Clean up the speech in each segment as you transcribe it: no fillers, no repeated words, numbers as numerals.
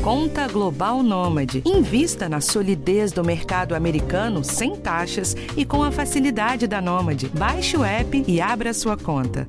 Conta Global Nômade. Invista na solidez do mercado americano sem taxas e com a facilidade da Nômade. Baixe o app e abra sua conta.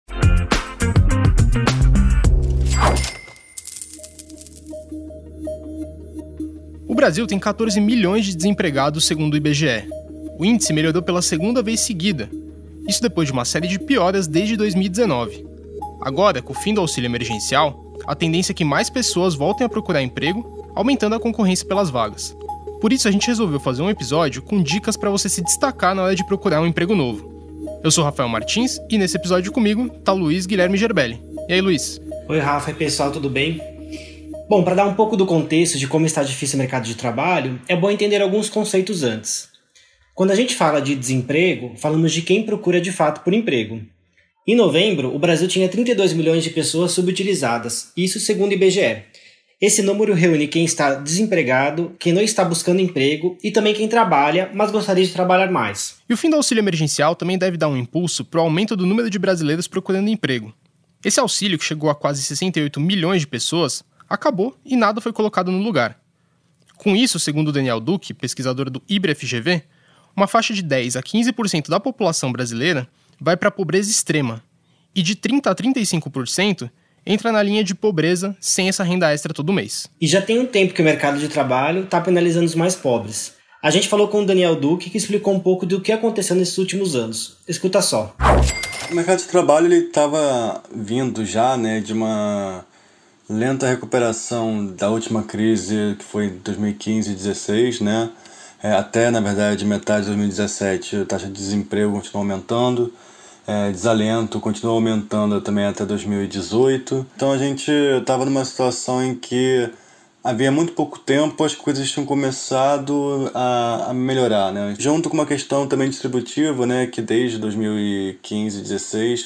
O Brasil tem 14 milhões de desempregados, segundo o IBGE. O índice melhorou pela segunda vez seguida. Isso depois de uma série de pioras desde 2019. Agora, com o fim do auxílio emergencial, a tendência é que mais pessoas voltem a procurar emprego, aumentando a concorrência pelas vagas. Por isso, a gente resolveu fazer um episódio com dicas para você se destacar na hora de procurar um emprego novo. Eu sou Rafael Martins e nesse episódio comigo tá Luiz Guilherme Gerbelli. E aí, Luiz? Oi, Rafa e pessoal, tudo bem? Bom, para dar um pouco do contexto de como está difícil o mercado de trabalho, é bom entender alguns conceitos antes. Quando a gente fala de desemprego, falamos de quem procura de fato por emprego. Em novembro, o Brasil tinha 32 milhões de pessoas subutilizadas, isso segundo o IBGE. Esse número reúne quem está desempregado, quem não está buscando emprego e também quem trabalha, mas gostaria de trabalhar mais. E o fim do auxílio emergencial também deve dar um impulso para o aumento do número de brasileiros procurando emprego. Esse auxílio, que chegou a quase 68 milhões de pessoas, acabou e nada foi colocado no lugar. Com isso, segundo o Daniel Duque, pesquisador do IBRE-FGV, uma faixa de 10 a 15% da população brasileira vai para a pobreza extrema, e de 30 a 35% entra na linha de pobreza sem essa renda extra todo mês. E já tem um tempo que o mercado de trabalho está penalizando os mais pobres. A gente falou com o Daniel Duque, que explicou um pouco do que aconteceu nesses últimos anos. Escuta só. O mercado de trabalho estava vindo já de uma lenta recuperação da última crise, que foi em 2015 e 2016, até, na verdade, metade de 2017, a taxa de desemprego continuou aumentando, desalento continuou aumentando também até 2018. Então a gente estava numa situação em que havia muito pouco tempo, as coisas tinham começado a melhorar, Junto com uma questão também distributiva, que desde 2015 e 2016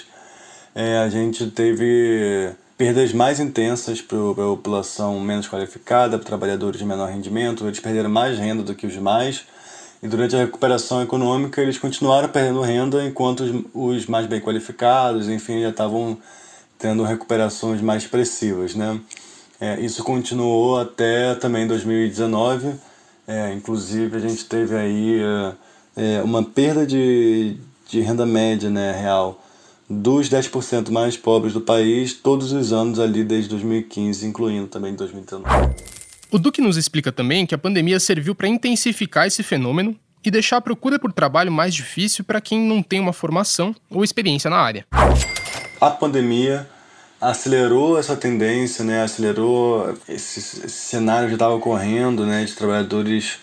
a gente teve perdas mais intensas para a população menos qualificada, para trabalhadores de menor rendimento. Eles perderam mais renda do que os demais, e durante a recuperação econômica eles continuaram perdendo renda, enquanto os mais bem qualificados, enfim, já estavam tendo recuperações mais expressivas, Isso continuou até também 2019, inclusive a gente teve aí uma perda de renda média, real, dos 10% mais pobres do país, todos os anos ali desde 2015, incluindo também 2019. O Duque nos explica também que a pandemia serviu para intensificar esse fenômeno e deixar a procura por trabalho mais difícil para quem não tem uma formação ou experiência na área. A pandemia acelerou essa tendência, acelerou esse cenário que estava ocorrendo, de trabalhadores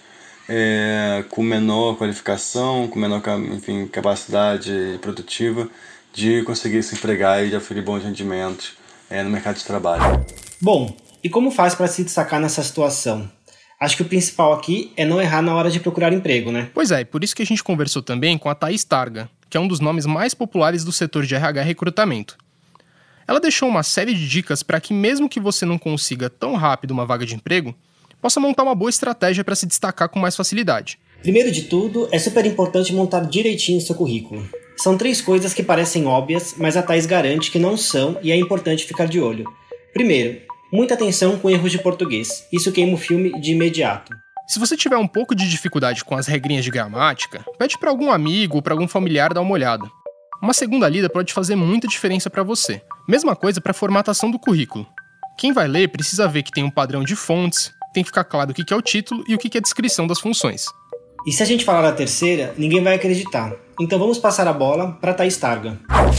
com menor qualificação, com menor capacidade produtiva, de conseguir se empregar e de oferecer bons rendimentos no mercado de trabalho. Bom, e como faz para se destacar nessa situação? Acho que o principal aqui é não errar na hora de procurar emprego, Pois é, por isso que a gente conversou também com a Thaís Targa, que é um dos nomes mais populares do setor de RH e recrutamento. Ela deixou uma série de dicas para que, mesmo que você não consiga tão rápido uma vaga de emprego, possa montar uma boa estratégia para se destacar com mais facilidade. Primeiro de tudo, é super importante montar direitinho seu currículo. São 3 coisas que parecem óbvias, mas a Thaís garante que não são e é importante ficar de olho. Primeiro, muita atenção com erros de português. Isso queima o filme de imediato. Se você tiver um pouco de dificuldade com as regrinhas de gramática, pede para algum amigo ou para algum familiar dar uma olhada. Uma segunda lida pode fazer muita diferença para você. Mesma coisa para a formatação do currículo. Quem vai ler precisa ver que tem um padrão de fontes, tem que ficar claro o que é o título e o que é a descrição das funções. E se a gente falar a terceira, ninguém vai acreditar. Então vamos passar a bola para Thaís Targa.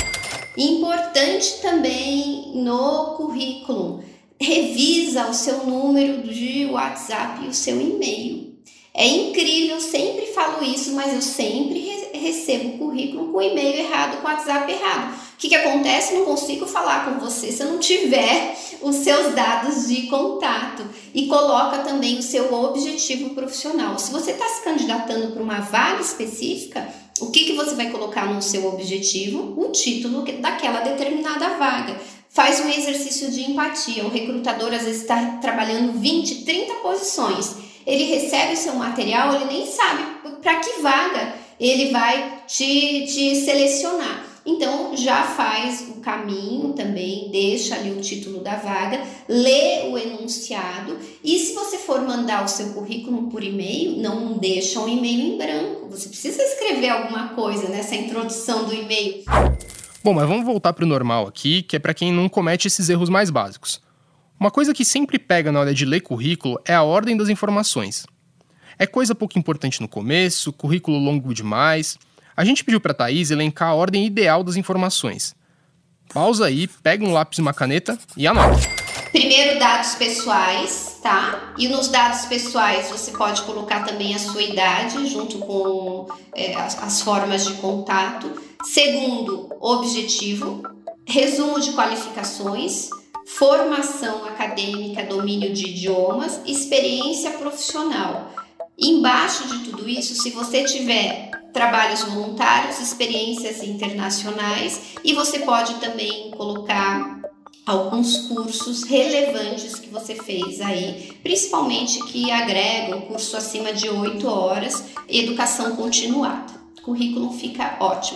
Importante também no currículo, revisa o seu número de WhatsApp e o seu e-mail. É incrível, sempre falo isso, mas eu sempre recebo o currículo com o e-mail errado, com o WhatsApp errado. O que acontece? Não consigo falar com você se eu não tiver os seus dados de contato. E coloca também o seu objetivo profissional. Se você está se candidatando para uma vaga específica, o que você vai colocar no seu objetivo? O título daquela determinada vaga. Faz um exercício de empatia. O recrutador às vezes está trabalhando 20, 30 posições. Ele recebe o seu material, ele nem sabe para que vaga ele vai te selecionar. Então já faz o caminho também, deixa ali o título da vaga, lê o enunciado e se você for mandar o seu currículo por e-mail, não deixa um e-mail em branco. Você precisa escrever alguma coisa nessa introdução do e-mail. Bom, mas vamos voltar para o normal aqui, que é para quem não comete esses erros mais básicos. Uma coisa que sempre pega na hora de ler currículo é a ordem das informações. É coisa pouco importante no começo, currículo longo demais. A gente pediu para a Thaís elencar a ordem ideal das informações. Pausa aí, pega um lápis e uma caneta e anota. Primeiro, dados pessoais, tá? E nos dados pessoais você pode colocar também a sua idade, junto com as formas de contato. Segundo, objetivo, resumo de qualificações, formação acadêmica, domínio de idiomas, experiência profissional. Embaixo de tudo isso, se você tiver trabalhos voluntários, experiências internacionais, e você pode também colocar alguns cursos relevantes que você fez aí, principalmente que agregam curso acima de 8 horas, educação continuada. O currículo fica ótimo.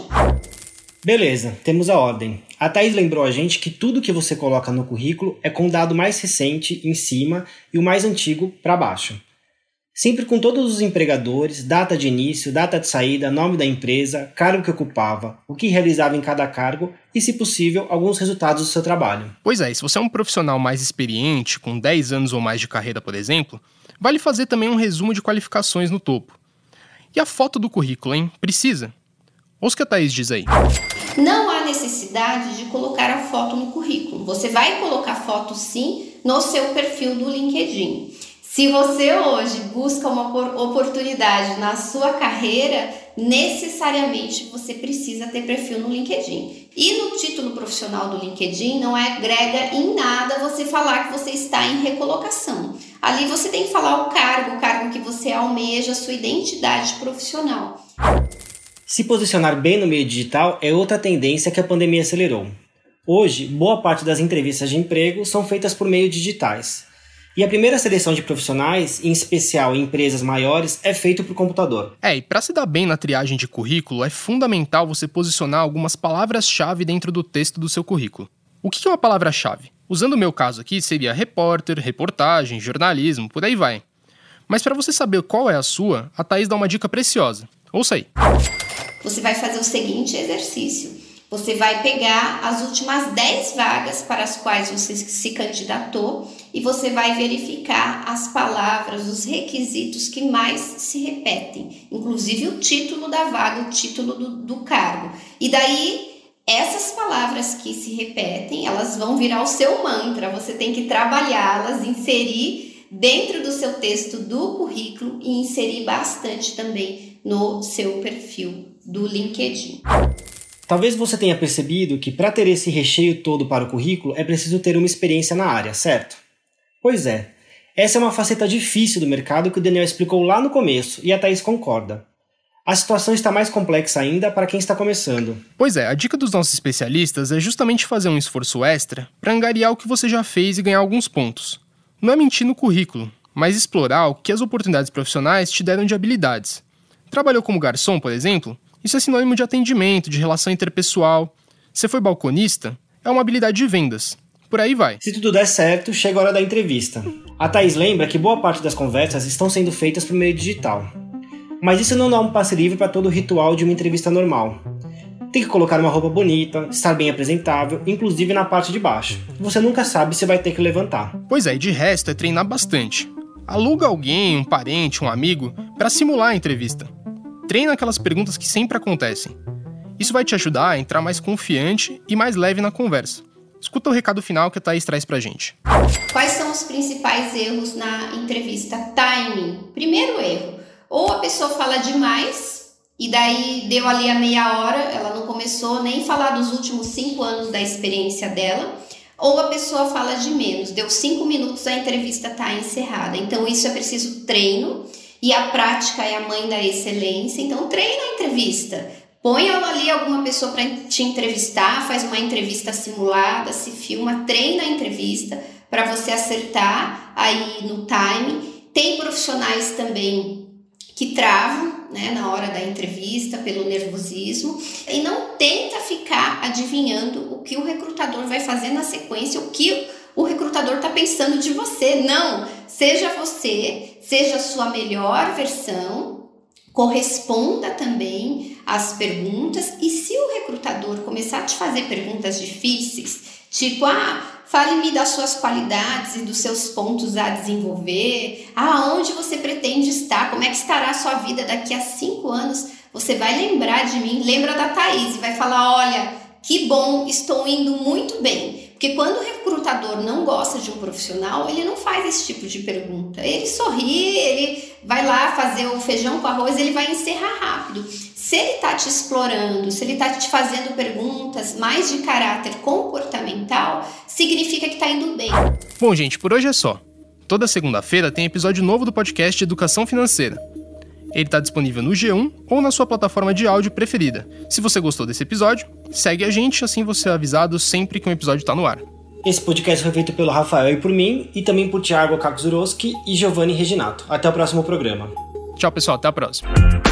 Beleza, temos a ordem. A Thaís lembrou a gente que tudo que você coloca no currículo é com o dado mais recente em cima e o mais antigo para baixo. Sempre com todos os empregadores, data de início, data de saída, nome da empresa, cargo que ocupava, o que realizava em cada cargo e, se possível, alguns resultados do seu trabalho. Pois é, e se você é um profissional mais experiente, com 10 anos ou mais de carreira, por exemplo, vale fazer também um resumo de qualificações no topo. E a foto do currículo, hein? Precisa? Ouça o que a Thaís diz aí. Não há necessidade de colocar a foto no currículo. Você vai colocar foto, sim, no seu perfil do LinkedIn. Se você hoje busca uma oportunidade na sua carreira, necessariamente você precisa ter perfil no LinkedIn. E no título profissional do LinkedIn não agrega em nada você falar que você está em recolocação. Ali você tem que falar o cargo que você almeja, a sua identidade profissional. Se posicionar bem no meio digital é outra tendência que a pandemia acelerou. Hoje, boa parte das entrevistas de emprego são feitas por meios digitais. E a primeira seleção de profissionais, em especial em empresas maiores, é feita por computador. E para se dar bem na triagem de currículo, é fundamental você posicionar algumas palavras-chave dentro do texto do seu currículo. O que é uma palavra-chave? Usando o meu caso aqui, seria repórter, reportagem, jornalismo, por aí vai. Mas para você saber qual é a sua, a Thaís dá uma dica preciosa. Ouça aí. Você vai fazer o seguinte exercício. Você vai pegar as últimas 10 vagas para as quais você se candidatou e você vai verificar as palavras, os requisitos que mais se repetem, inclusive o título da vaga, o título do cargo. E daí, essas palavras que se repetem, elas vão virar o seu mantra, você tem que trabalhá-las, inserir dentro do seu texto do currículo e inserir bastante também no seu perfil do LinkedIn. Talvez você tenha percebido que para ter esse recheio todo para o currículo é preciso ter uma experiência na área, certo? Pois é, essa é uma faceta difícil do mercado que o Daniel explicou lá no começo e a Thaís concorda. A situação está mais complexa ainda para quem está começando. Pois é, a dica dos nossos especialistas é justamente fazer um esforço extra para angariar o que você já fez e ganhar alguns pontos. Não é mentir no currículo, mas explorar o que as oportunidades profissionais te deram de habilidades. Trabalhou como garçom, por exemplo? Isso é sinônimo de atendimento, de relação interpessoal. Você foi balconista? É uma habilidade de vendas. Por aí vai. Se tudo der certo, chega a hora da entrevista. A Thaís lembra que boa parte das conversas estão sendo feitas por meio digital. Mas isso não dá um passe livre para todo o ritual de uma entrevista normal. Tem que colocar uma roupa bonita, estar bem apresentável, inclusive na parte de baixo. Você nunca sabe se vai ter que levantar. Pois é, e de resto é treinar bastante. Aluga alguém, um parente, um amigo, para simular a entrevista. Treina aquelas perguntas que sempre acontecem. Isso vai te ajudar a entrar mais confiante e mais leve na conversa. Escuta o recado final que a Thaís traz pra gente. Quais são os principais erros na entrevista? Timing. Primeiro erro. Ou a pessoa fala demais, e daí deu ali a meia hora, ela não começou nem a falar dos últimos 5 anos da experiência dela, ou a pessoa fala de menos, deu 5 minutos, a entrevista está encerrada. Então isso é preciso treino, e a prática é a mãe da excelência, então treina a entrevista. Põe ali alguma pessoa para te entrevistar, faz uma entrevista simulada, se filma, treina a entrevista para você acertar aí no time. Tem profissionais também que travam, né, na hora da entrevista pelo nervosismo, e não tenta ficar adivinhando o que o recrutador vai fazer na sequência, o que o recrutador está pensando de você. Não, seja você, seja a sua melhor versão, corresponda também às perguntas, e se o recrutador começar a te fazer perguntas difíceis, tipo, fale-me das suas qualidades e dos seus pontos a desenvolver, aonde você pretende estar, como é que estará a sua vida daqui a 5 anos, você vai lembrar de mim, lembra da Thaís e vai falar, olha, que bom, estou indo muito bem. Porque quando o recrutador não gosta de um profissional, ele não faz esse tipo de pergunta. Ele sorri, ele vai lá fazer o feijão com arroz, ele vai encerrar rápido. Se ele está te explorando, se ele está te fazendo perguntas mais de caráter comportamental, significa que está indo bem. Bom, gente, por hoje é só. Toda segunda-feira tem episódio novo do podcast Educação Financeira. Ele está disponível no G1 ou na sua plataforma de áudio preferida. Se você gostou desse episódio, segue a gente, assim você é avisado sempre que um episódio está no ar. Esse podcast foi feito pelo Rafael e por mim, e também por Thiago Kaczurowski e Giovanni Reginato. Até o próximo programa. Tchau, pessoal. Até a próxima.